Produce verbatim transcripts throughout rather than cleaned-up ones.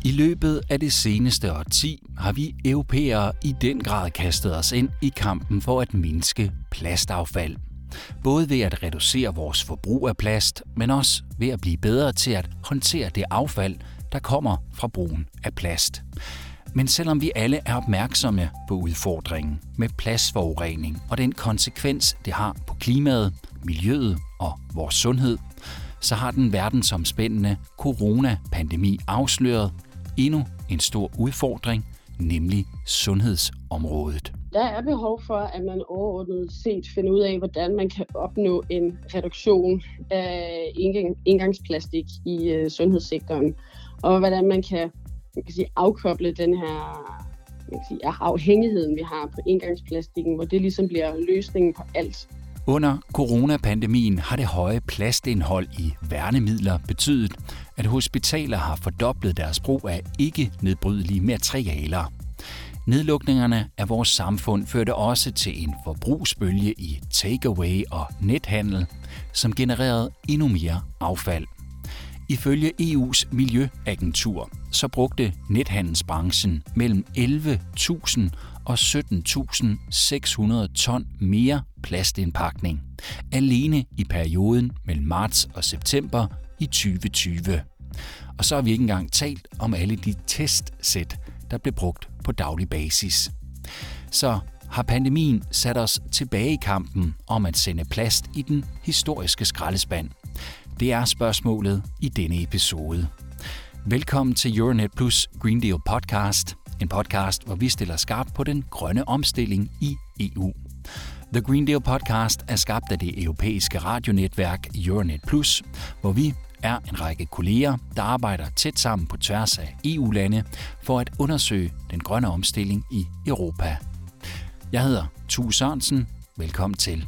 I løbet af det seneste årti har vi europæere i den grad kastet os ind i kampen for at mindske plastaffald. Både ved at reducere vores forbrug af plast, men også ved at blive bedre til at håndtere det affald, der kommer fra brugen af plast. Men selvom vi alle er opmærksomme på udfordringen med plastforurening og den konsekvens, det har på klimaet, miljøet og vores sundhed, så har den verdensomspændende coronapandemi afsløret endnu en stor udfordring, nemlig sundhedsområdet. Der er behov for, at man overordnet set finder ud af, hvordan man kan opnå en reduktion af engangsplastik i øh, sundhedssektoren, og hvordan man kan, man kan sige, afkoble den her man kan sige, afhængigheden, vi har på engangsplastikken, hvor det ligesom bliver løsningen på alt. Under coronapandemien har det høje plastindhold i værnemidler betydet, at hospitaler har fordoblet deres brug af ikke-nedbrydelige materialer. Nedlukningerne af vores samfund førte også til en forbrugsbølge i takeaway og nethandel, som genererede endnu mere affald. Ifølge E U's miljøagentur så brugte nethandelsbranchen mellem elleve tusind og sytten tusind seks hundrede ton mere plastindpakning alene i perioden mellem marts og september i tyve tyve. Og så har vi ikke engang talt om alle de testsæt, der blev brugt på daglig basis. Så har pandemien sat os tilbage i kampen om at sende plast i den historiske skraldespand? Det er spørgsmålet i denne episode. Velkommen til Euronet Plus Green Deal podcast, en podcast, hvor vi stiller skarpt på den grønne omstilling i E U. The Green Deal podcast er skabt af det europæiske radionetværk Euronet Plus, hvor vi er en række kolleger, der arbejder tæt sammen på tværs af E U-lande for at undersøge den grønne omstilling i Europa. Jeg hedder Tue Sørensen. Velkommen til.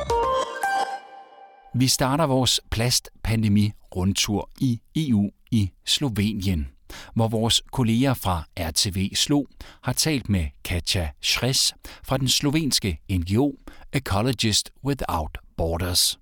Vi starter vores plastpandemi-rundtur i E U i Slovenien, hvor vores kolleger fra R T V Slo har talt med Katja Schres fra den slovenske N G O Ecologists Without Borders.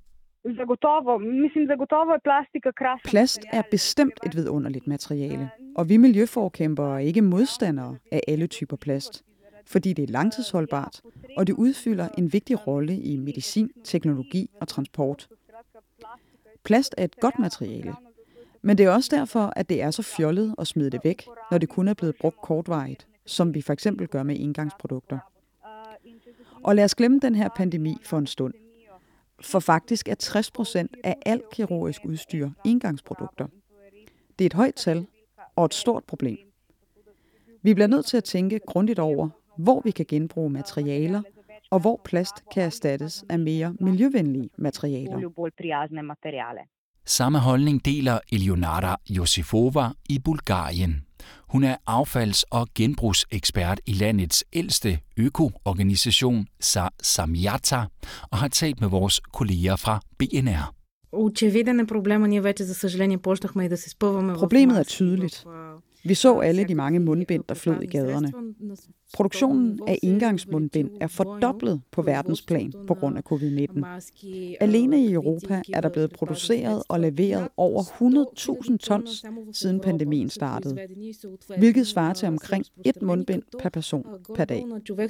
Plast er bestemt et vidunderligt materiale, og vi miljøforkæmpere er ikke modstandere af alle typer plast, fordi det er langtidsholdbart, og det udfylder en vigtig rolle i medicin, teknologi og transport. Plast er et godt materiale, men det er også derfor, at det er så fjollet at smide det væk, når det kun er blevet brugt kortvarigt, som vi for eksempel gør med engangsprodukter. Og lad os glemme den her pandemi for en stund. For faktisk er tres procent af alt kirurgisk udstyr engangsprodukter. Det er et højt tal og et stort problem. Vi bliver nødt til at tænke grundigt over, hvor vi kan genbruge materialer, og hvor plast kan erstattes af mere miljøvenlige materialer. Samme holdning deler Elionara Josifova i Bulgarien. Hun er affalds- og genbrugsekspert i landets ældste øko-organisation, Samjata, og har talt med vores kolleger fra B N R. Problemet er tydeligt. Vi så alle de mange mundbind, der flød i gaderne. Produktionen af engangsmundbind er fordoblet på verdensplan på grund af covid nitten. Alene i Europa er der blevet produceret og leveret over hundrede tusind tons siden pandemien startede, hvilket svarer til omkring et mundbind per person per dag.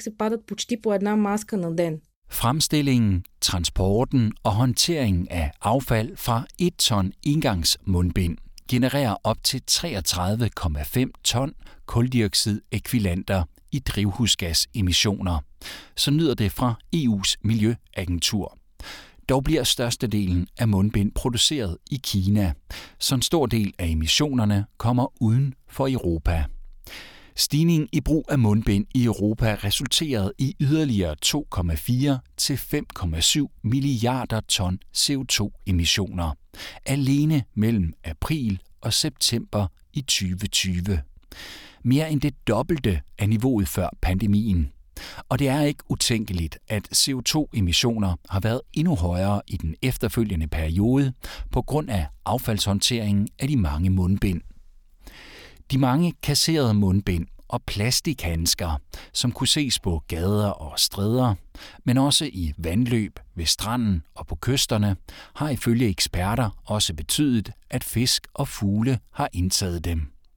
Fremstillingen, transporten og håndteringen af affald fra et ton engangsmundbind genererer op til treogtredive komma fem ton kuldioxidekvivalenter i drivhusgasemissioner. Så lyder det fra E U's miljøagentur. Dog bliver størstedelen af mundbind produceret i Kina, så en stor del af emissionerne kommer uden for Europa. Stigningen i brug af mundbind i Europa resulterede i yderligere to komma fire til fem komma syv milliarder ton C O to emissioner, alene mellem april og september i tyve tyve. Mere end det dobbelte af niveauet før pandemien. Og det er ikke utænkeligt, at C O to emissioner har været endnu højere i den efterfølgende periode på grund af affaldshåndteringen af de mange mundbind. De mange kasserede mundbind og plastikhandsker, som kunne ses på gader og stræder, men også i vandløb, ved stranden og på kysterne, har ifølge eksperter også betydet, at fisk og fugle har indtaget dem.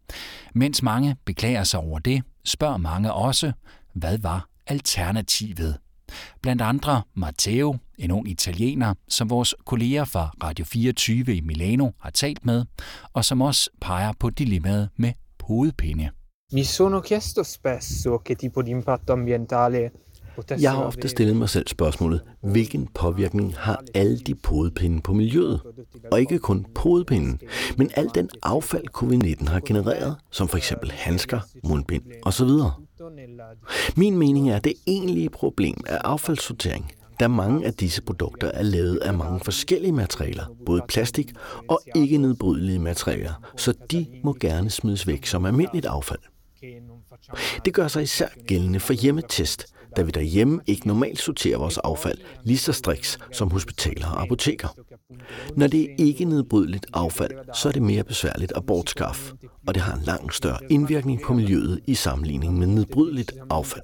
Mens mange beklager sig over det, spørger mange også, hvad var alternativet? Blandt andre Matteo, en ung italiener, som vores kolleger fra Radio fireogtyve i Milano har talt med, og som også peger på dilemmaet med podepinde. Mi sono chiesto spesso che tipo di impatto ambientale. Jeg har ofte stillet mig selv spørgsmålet, hvilken påvirkning har alle de podepinde på miljøet? Og ikke kun podepinden, men al den affald covid nitten har genereret, som for eksempel handsker, mundbind osv. Min mening er, at det egentlige problem er affaldssortering, da mange af disse produkter er lavet af mange forskellige materialer, både plastik og ikke nedbrydelige materialer, så de må gerne smides væk som almindeligt affald. Det gør sig især gældende for hjemmetest, da vi derhjemme ikke normalt sorterer vores affald lige så striks som hospitaler og apoteker. Når det er ikke nedbrydeligt affald, så er det mere besværligt at bortskaffe, og det har en langt større indvirkning på miljøet i sammenligning med nedbrydeligt affald.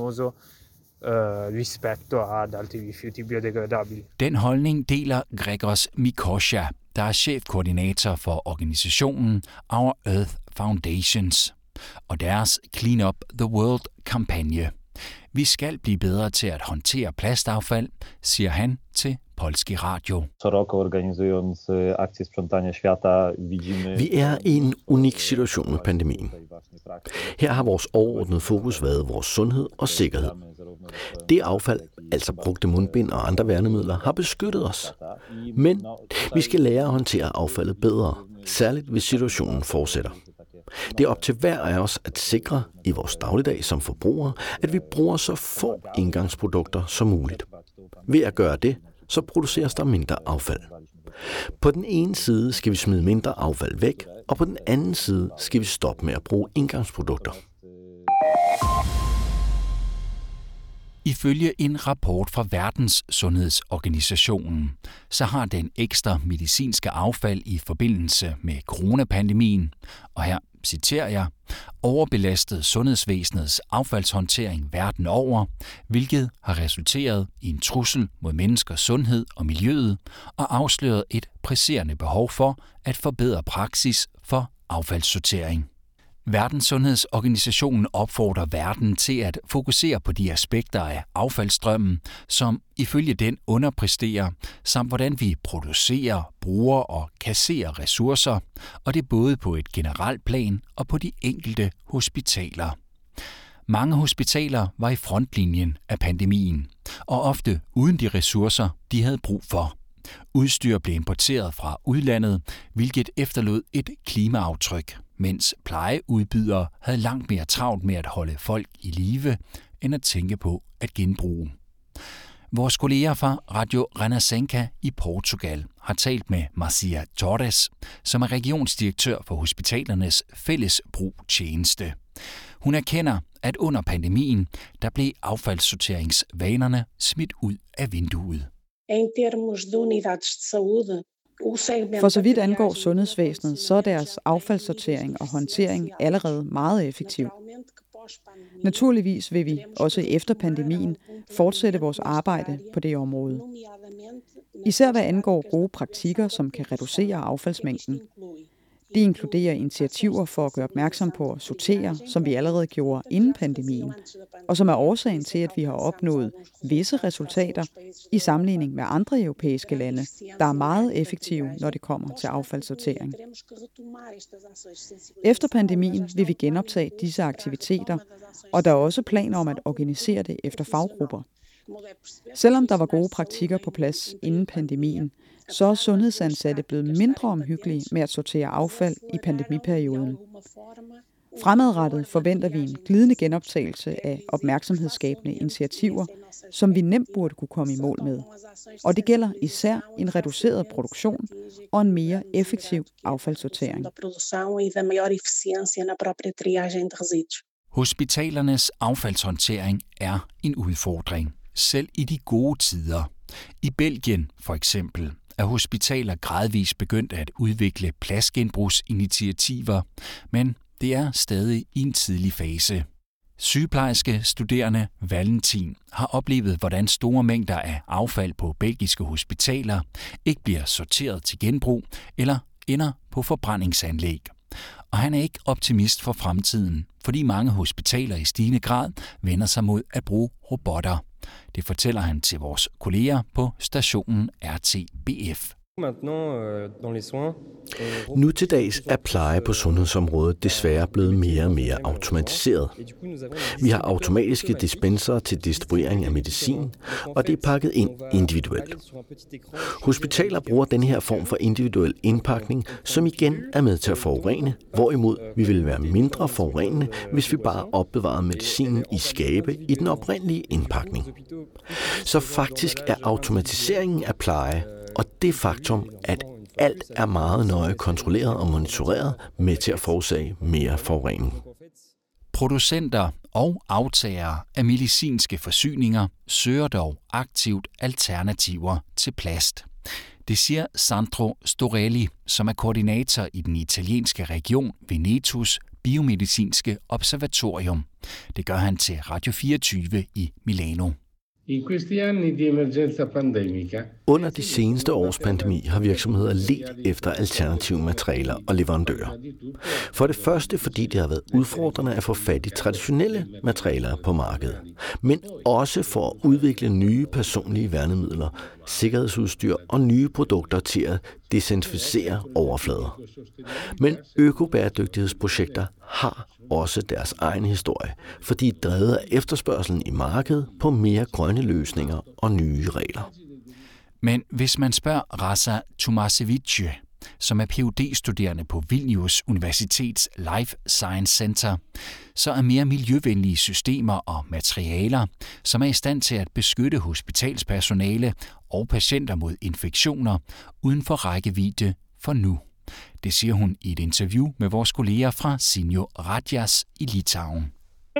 Den holdning deler Gregors Mikosha, der er chefkoordinator for organisationen Our Earth Foundations og deres Clean Up the World-kampagne. Vi skal blive bedre til at håndtere plastaffald, siger han til Polski Radio. Vi er i en unik situation med pandemien. Her har vores overordnede fokus været vores sundhed og sikkerhed. Det affald, altså brugte mundbind og andre værnemidler, har beskyttet os. Men vi skal lære at håndtere affaldet bedre, særligt hvis situationen fortsætter. Det er op til hver af os at sikre i vores dagligdag som forbrugere, at vi bruger så få engangsprodukter som muligt. Ved at gøre det, så produceres der mindre affald. På den ene side skal vi smide mindre affald væk, og på den anden side skal vi stoppe med at bruge engangsprodukter. Ifølge en rapport fra Verdenssundhedsorganisationen, så har den ekstra medicinske affald i forbindelse med coronapandemien, og her citerer jeg, overbelastet sundhedsvæsenets affaldshåndtering verden over, hvilket har resulteret i en trussel mod menneskers sundhed og miljøet og afsløret et presserende behov for at forbedre praksis for affaldssortering. Verdenssundhedsorganisationen opfordrer verden til at fokusere på de aspekter af affaldsstrømmen, som ifølge den underpræsterer, samt hvordan vi producerer, bruger og kasserer ressourcer, og det både på et generelt plan og på de enkelte hospitaler. Mange hospitaler var i frontlinjen af pandemien, og ofte uden de ressourcer, de havde brug for. Udstyr blev importeret fra udlandet, hvilket efterlod et klimaaftryk, mens plejeudbydere havde langt mere travlt med at holde folk i live, end at tænke på at genbruge. Vores kolleger fra Radio Renascença i Portugal har talt med Marcia Torres, som er regionsdirektør for hospitalernes fællesbrugtjeneste. Hun erkender, at under pandemien, der blev affaldssorteringsvanerne smidt ud af vinduet. For så vidt angår sundhedsvæsenet, så er deres affaldssortering og håndtering allerede meget effektiv. Naturligvis vil vi, også efter pandemien, fortsætte vores arbejde på det område. Især hvad angår gode praktikker, som kan reducere affaldsmængden. Det inkluderer initiativer for at gøre opmærksom på at sortere, som vi allerede gjorde inden pandemien, og som er årsagen til, at vi har opnået visse resultater i sammenligning med andre europæiske lande, der er meget effektive, når det kommer til affaldssortering. Efter pandemien vil vi genoptage disse aktiviteter, og der er også planer om at organisere det efter faggrupper. Selvom der var gode praktikker på plads inden pandemien, så er sundhedsansatte blevet mindre omhyggelige med at sortere affald i pandemiperioden. Fremadrettet forventer vi en glidende genoptagelse af opmærksomhedsskabende initiativer, som vi nemt burde kunne komme i mål med. Og det gælder især en reduceret produktion og en mere effektiv affaldssortering. Hospitalernes affaldshåndtering er en udfordring, selv i de gode tider. I Belgien for eksempel er hospitaler gradvist begyndt at udvikle plastgenbrugsinitiativer, men det er stadig i en tidlig fase. Sygeplejerske studerende Valentin har oplevet, hvordan store mængder af affald på belgiske hospitaler ikke bliver sorteret til genbrug eller ender på forbrændingsanlæg. Og han er ikke optimist for fremtiden, fordi mange hospitaler i stigende grad vender sig mod at bruge robotter. Det fortæller han til vores kolleger på stationen R T B F. Nu til dags er pleje på sundhedsområdet desværre blevet mere og mere automatiseret. Vi har automatiske dispenser til distribuering af medicin, og det er pakket ind individuelt. Hospitaler bruger denne her form for individuel indpakning, som igen er med til at forurene, hvorimod vi vil være mindre forurenende, hvis vi bare opbevarede medicinen i skabe i den oprindelige indpakning. Så faktisk er automatiseringen af pleje og det faktum, at alt er meget nøje kontrolleret og monitoreret, med til at forårsage mere forurening. Producenter og aftagere af medicinske forsyninger søger dog aktivt alternativer til plast. Det siger Sandro Storelli, som er koordinator i den italienske region Venetos biomedicinske observatorium. Det gør han til Radio fireogtyve i Milano. Under de seneste års pandemi har virksomheder ledt efter alternative materialer og leverandører. For det første, fordi det har været udfordrende at få fat i traditionelle materialer på markedet, men også for at udvikle nye personlige værnemidler, sikkerhedsudstyr og nye produkter til at desinficere overflader. Men økobæredygtighedsprojekter har også deres egen historie, fordi drevet af efterspørgselen i markedet på mere grønne løsninger og nye regler. Men hvis man spørger Rasa Tomasevic, som er P H D-studerende på Vilnius Universitets Life Science Center, så er mere miljøvenlige systemer og materialer, som er i stand til at beskytte hospitalspersonale og patienter mod infektioner, uden for rækkevidde for nu. Det siger hun i et interview med vores kolleger fra Sinjo Radjas i Litauen.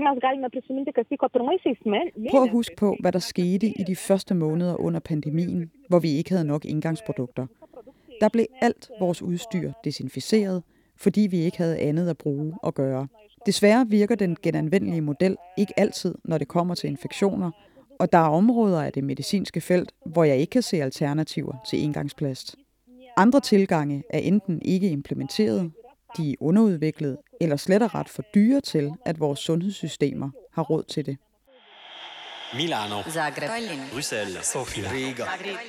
Prøv at huske på, hvad der skete i de første måneder under pandemien, hvor vi ikke havde nok engangsprodukter. Der blev alt vores udstyr desinficeret, fordi vi ikke havde andet at bruge og gøre. Desværre virker den genanvendelige model ikke altid, når det kommer til infektioner, og der er områder af det medicinske felt, hvor jeg ikke kan se alternativer til engangsplast. Andre tilgange er enten ikke implementeret, de er underudviklede eller slet og ret for dyre til, at vores sundhedssystemer har råd til det. Milano, Zagreb, Bruxelles, Sofia, Riga.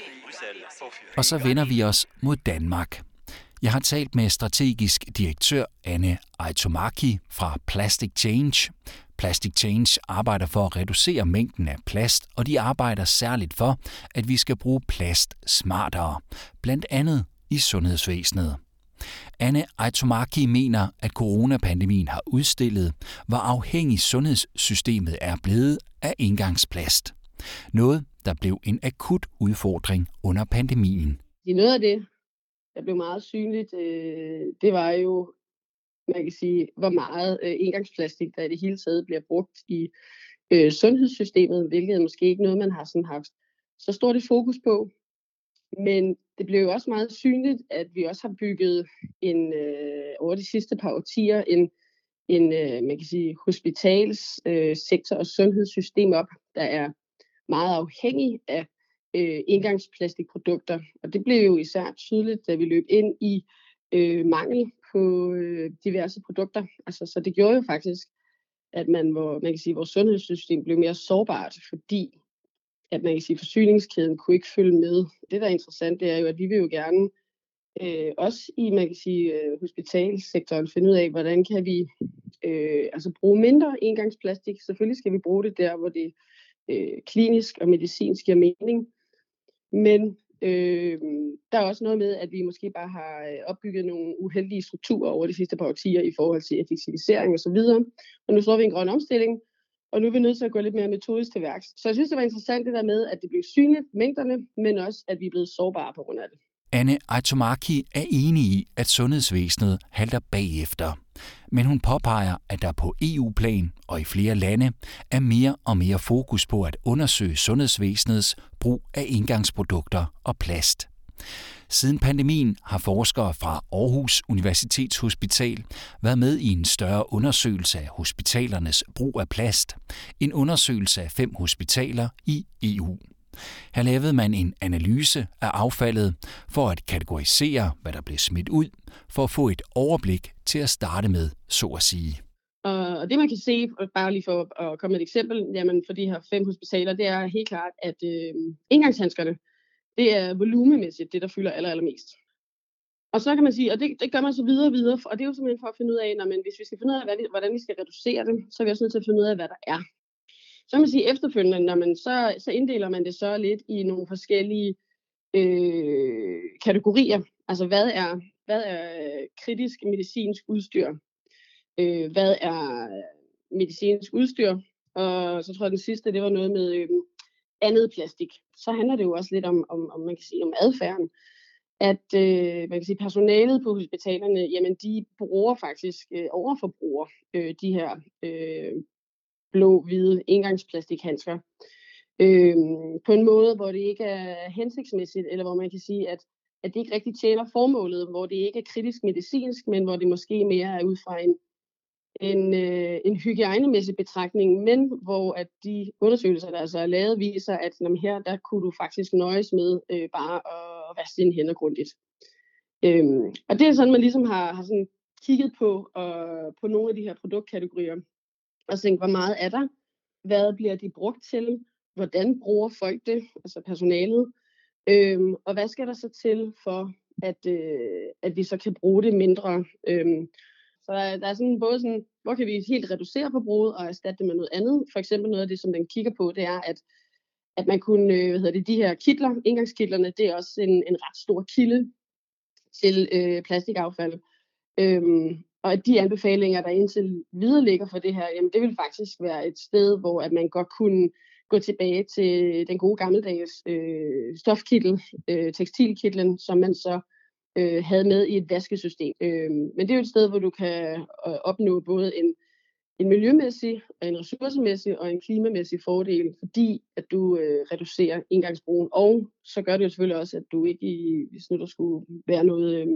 Og så vender vi os mod Danmark. Jeg har talt med strategisk direktør Anne Aitomaki fra Plastic Change. Plastic Change arbejder for at reducere mængden af plast, og de arbejder særligt for, at vi skal bruge plast smartere, blandt andet i sundhedsvæsenet. Anne Aitomaki mener, at coronapandemien har udstillet, hvor afhængig sundhedssystemet er blevet af engangsplast. Noget, der blev en akut udfordring under pandemien. Noget af det, der blev meget synligt, det var jo, man kan sige, hvor meget engangsplastik, der i det hele taget bliver brugt i sundhedssystemet, hvilket er måske ikke noget, man har sådan haft så stort et fokus på. Men det blev jo også meget synligt, at vi også har bygget en, øh, over de sidste par årtier en, en øh, man kan sige, hospitalssektor øh, og sundhedssystem op, der er meget afhængig af øh, engangsplastikprodukter. Og det blev jo især tydeligt, da vi løb ind i øh, mangel på øh, diverse produkter. Altså, så det gjorde jo faktisk, at man, hvor, man kan sige, vores sundhedssystem blev mere sårbart, fordi at man kan sige, forsyningskæden kunne ikke følge med. Det, der er interessant, det er jo, at vi vil jo gerne øh, også i, man kan sige, øh, hospitalssektoren finde ud af, hvordan kan vi øh, altså bruge mindre engangsplastik. Selvfølgelig skal vi bruge det der, hvor det øh, klinisk og medicinsk giver mening. Men øh, der er også noget med, at vi måske bare har opbygget nogle uheldige strukturer over de sidste par årtier i forhold til effektivisering og så videre. Og nu står vi i en grøn omstilling, og nu er vi nødt til at gå lidt mere metodisk til værks. Så jeg synes, det var interessant det der med, at det blev synligt, mængderne, men også, at vi er blevet sårbare på grund af det. Anne Aitomaki er enig i, at sundhedsvæsenet halter bagefter. Men hun påpeger, at der på E U-plan og i flere lande er mere og mere fokus på at undersøge sundhedsvæsenets brug af engangsprodukter og plast. Siden pandemien har forskere fra Aarhus Universitetshospital været med i en større undersøgelse af hospitalernes brug af plast. En undersøgelse af fem hospitaler i E U. Her lavede man en analyse af affaldet for at kategorisere, hvad der blev smidt ud, for at få et overblik til at starte med, så at sige. Og det man kan se, bare lige for at komme med et eksempel, jamen for de her fem hospitaler, det er helt klart, at øh, engangshandskerne, det er volumemæssigt det, der fylder aller, allermest. Og så kan man sige, og det, det gør man så videre og videre, og det er jo simpelthen for at finde ud af, når man, hvis vi skal finde ud af, hvad vi, hvordan vi skal reducere det, så er vi også nødt til at finde ud af, hvad der er. Så kan man sige efterfølgende, når man så, så inddeler man det så lidt i nogle forskellige øh, kategorier. Altså hvad er, hvad er kritisk medicinsk udstyr? Øh, hvad er medicinsk udstyr? Og så tror jeg, den sidste, det var noget med øh, andet plastik. Så handler det jo også lidt om, om, om man kan sige, om adfærden. At øh, man kan sige, personalet på hospitalerne, jamen de bruger faktisk, øh, overforbruger øh, de her øh, blå-hvide engangsplastikhandsker øh, på en måde, hvor det ikke er hensigtsmæssigt, eller hvor man kan sige, at, at det ikke rigtig tjener formålet, hvor det ikke er kritisk medicinsk, men hvor det måske mere er ud fra en, en, øh, en hygiejnemæssig betragtning, men hvor at de undersøgelser, der altså er lavet, viser, at jamen, her der kunne du faktisk nøjes med øh, bare at vaske dine hænder grundigt. Øhm, og det er sådan, man ligesom har, har sådan kigget på, og, på nogle af de her produktkategorier, og tænkt, hvor meget er der? Hvad bliver de brugt til? Hvordan bruger folk det? Altså personalet. Øhm, og hvad skal der så til for, at, øh, at vi så kan bruge det mindre? Øhm, så der, der er sådan både sådan, hvor kan vi helt reducere forbruget og erstatte det med noget andet? For eksempel noget af det, som den kigger på, det er, at, at man kunne, øh, hvad hedder det, de her kitler, engangskitlerne, det er også en, en ret stor kilde til øh, plastikaffald. Øhm, og at de anbefalinger, der indtil videre ligger for det her, jamen det vil faktisk være et sted, hvor at man godt kunne gå tilbage til den gode gammeldags øh, stofkittel, øh, tekstilkitlen, som man så øh, havde med i et vaskesystem. Øh, men det er jo et sted, hvor du kan øh, opnå både en, en miljømæssig, en ressourcemæssig og en klimamæssig fordel, fordi at du øh, reducerer engangsbrugen. Og så gør det jo selvfølgelig også, at du ikke, i, hvis nu der skulle være noget øh,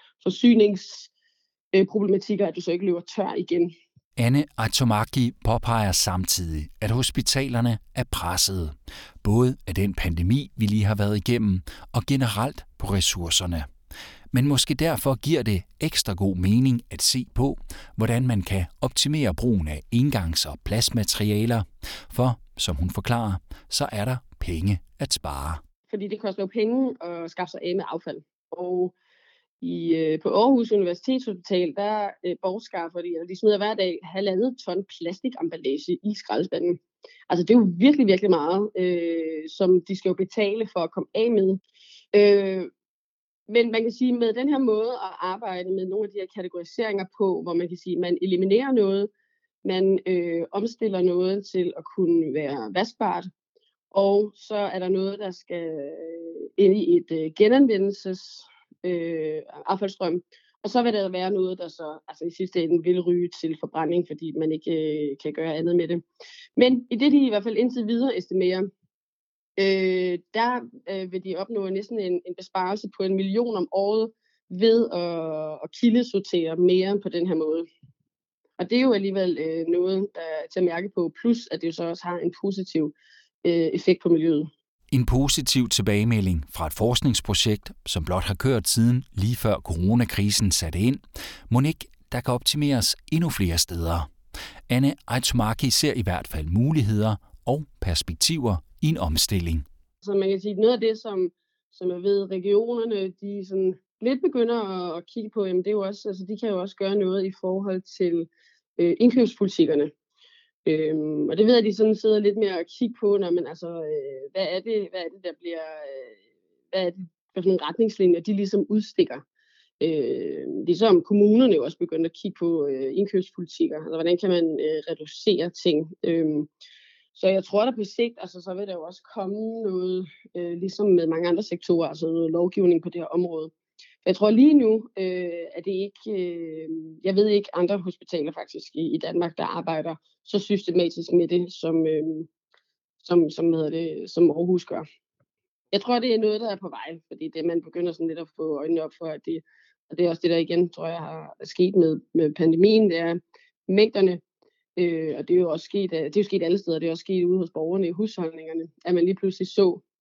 forsyningsproblematikker, at du så ikke løber tør igen. Anne Aitomaki påpeger samtidig, at hospitalerne er pressede, både af den pandemi, vi lige har været igennem, og generelt på ressourcerne. Men måske derfor giver det ekstra god mening at se på, hvordan man kan optimere brugen af engangs- og plastmaterialer, for, som hun forklarer, så er der penge at spare. Fordi det koster jo penge at skaffe sig af med affald. Og i, øh, på Aarhus Universitetshospital, der øh, bortskaffer de, eller de smider hver dag halvandet ton plastikemballage i skraldespanden. Altså det er jo virkelig, virkelig meget, øh, som de skal jo betale for at komme af med. Øh, men man kan sige, med den her måde at arbejde med nogle af de her kategoriseringer på, hvor man kan sige, at man eliminerer noget, man øh, omstiller noget til at kunne være vaskbart, og så er der noget, der skal ind i et øh, genanvendelses Øh, affaldsstrøm, og så vil der være noget, der så altså i sidste ende vil ryge til forbrænding, fordi man ikke øh, kan gøre andet med det. Men i det, de i hvert fald indtil videre estimerer, øh, der øh, vil de opnå næsten en, en besparelse på en million om året ved at, at kildesortere mere på den her måde. Og det er jo alligevel øh, noget, der er til at mærke på, plus at det jo så også har en positiv øh, effekt på miljøet. En positiv tilbagemelding fra et forskningsprojekt, som blot har kørt siden lige før coronakrisen satte ind, mon ikke der kan optimeres endnu flere steder. Anne Aitomaki ser i hvert fald muligheder og perspektiver i en omstilling. Så man kan sige, noget af det, som, som jeg ved, regionerne, de sådan lidt begynder at, at kigge på, jamen det er jo også, altså de kan jo også gøre noget i forhold til øh, indkøbspolitikkerne. Øhm, og det ved jeg, at de sådan sidder lidt mere og kigge på, når man altså, øh, hvad er det, hvad er det, der bliver, øh, hvad er det for nogle retningslinjer, de ligesom udstikker. Øh, ligesom kommunerne jo også begyndt at kigge på øh, indkøbspolitikker, altså hvordan kan man øh, reducere ting. Øh, så jeg tror, der på sigt, altså så vil der jo også komme noget, øh, ligesom med mange andre sektorer, altså noget lovgivning på det her område. Jeg tror lige nu, øh, at det ikke, øh, jeg ved ikke andre hospitaler faktisk i, i Danmark, der arbejder så systematisk med det, som, øh, som, som, hedder det, som Aarhus gør. Jeg tror, det er noget, der er på vej, fordi det, man begynder sådan lidt at få øjnene op for, at det, og det er også det, der igen, tror jeg, har sket med, med pandemien, det er mængderne, øh, og det er jo også sket, det er jo sket alle steder, det er også sket ude hos borgerne i husholdningerne, at man lige pludselig så,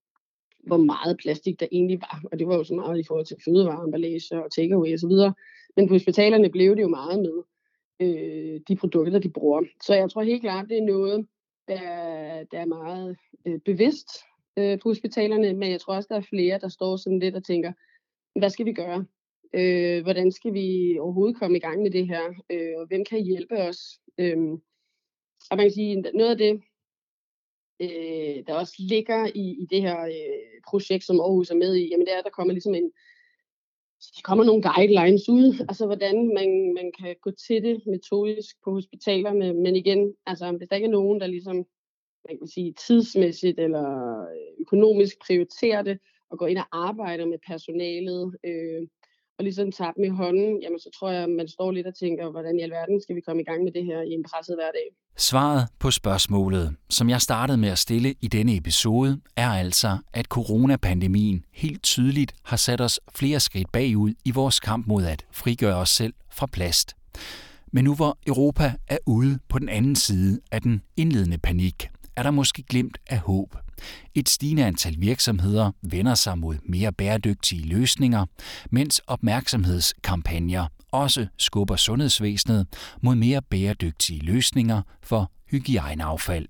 hvor meget plastik der egentlig var. Og det var jo så meget i forhold til fødevarer, emballage og takeaway osv. Men på hospitalerne blev det jo meget med øh, de produkter, de bruger. Så jeg tror helt klart, det er noget, der, der er meget øh, bevidst øh, på hospitalerne. Men jeg tror også, der er flere, der står sådan lidt og tænker, hvad skal vi gøre? Øh, hvordan skal vi overhovedet komme i gang med det her? Øh, og hvem kan hjælpe os? Øh, og man kan sige, noget af det, øh, der også ligger i, i det her øh, projekt, som Aarhus er med i, jamen det er, at der kommer ligesom en, der kommer nogle guidelines ud, altså hvordan man, man kan gå til det metodisk på hospitalerne, men igen, altså hvis der ikke er nogen, der ligesom, man kan sige, tidsmæssigt eller økonomisk prioriterer det, og går ind og arbejder med personalet, øh, og ligesom tager dem i hånden, jamen så tror jeg, man står lidt og tænker, hvordan i alverden skal vi komme i gang med det her i en presset hverdag. Svaret på spørgsmålet, som jeg startede med at stille i denne episode, er altså, at coronapandemien helt tydeligt har sat os flere skridt bagud i vores kamp mod at frigøre os selv fra plast. Men nu hvor Europa er ude på den anden side af den indledende panik, er der måske glimt af håb. Et stigende antal virksomheder vender sig mod mere bæredygtige løsninger, mens opmærksomhedskampagner også skubber sundhedsvæsenet mod mere bæredygtige løsninger for hygiejneaffald.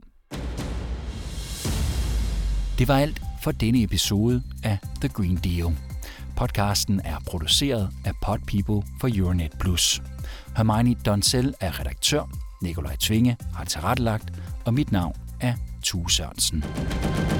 Det var alt for denne episode af The Green Deal. Podcasten er produceret af Pod People for Euronet Plus. Hermione Donsel er redaktør, Nikolaj Tvinge har tilrettelagt, og mit navn er Tue Sørensen.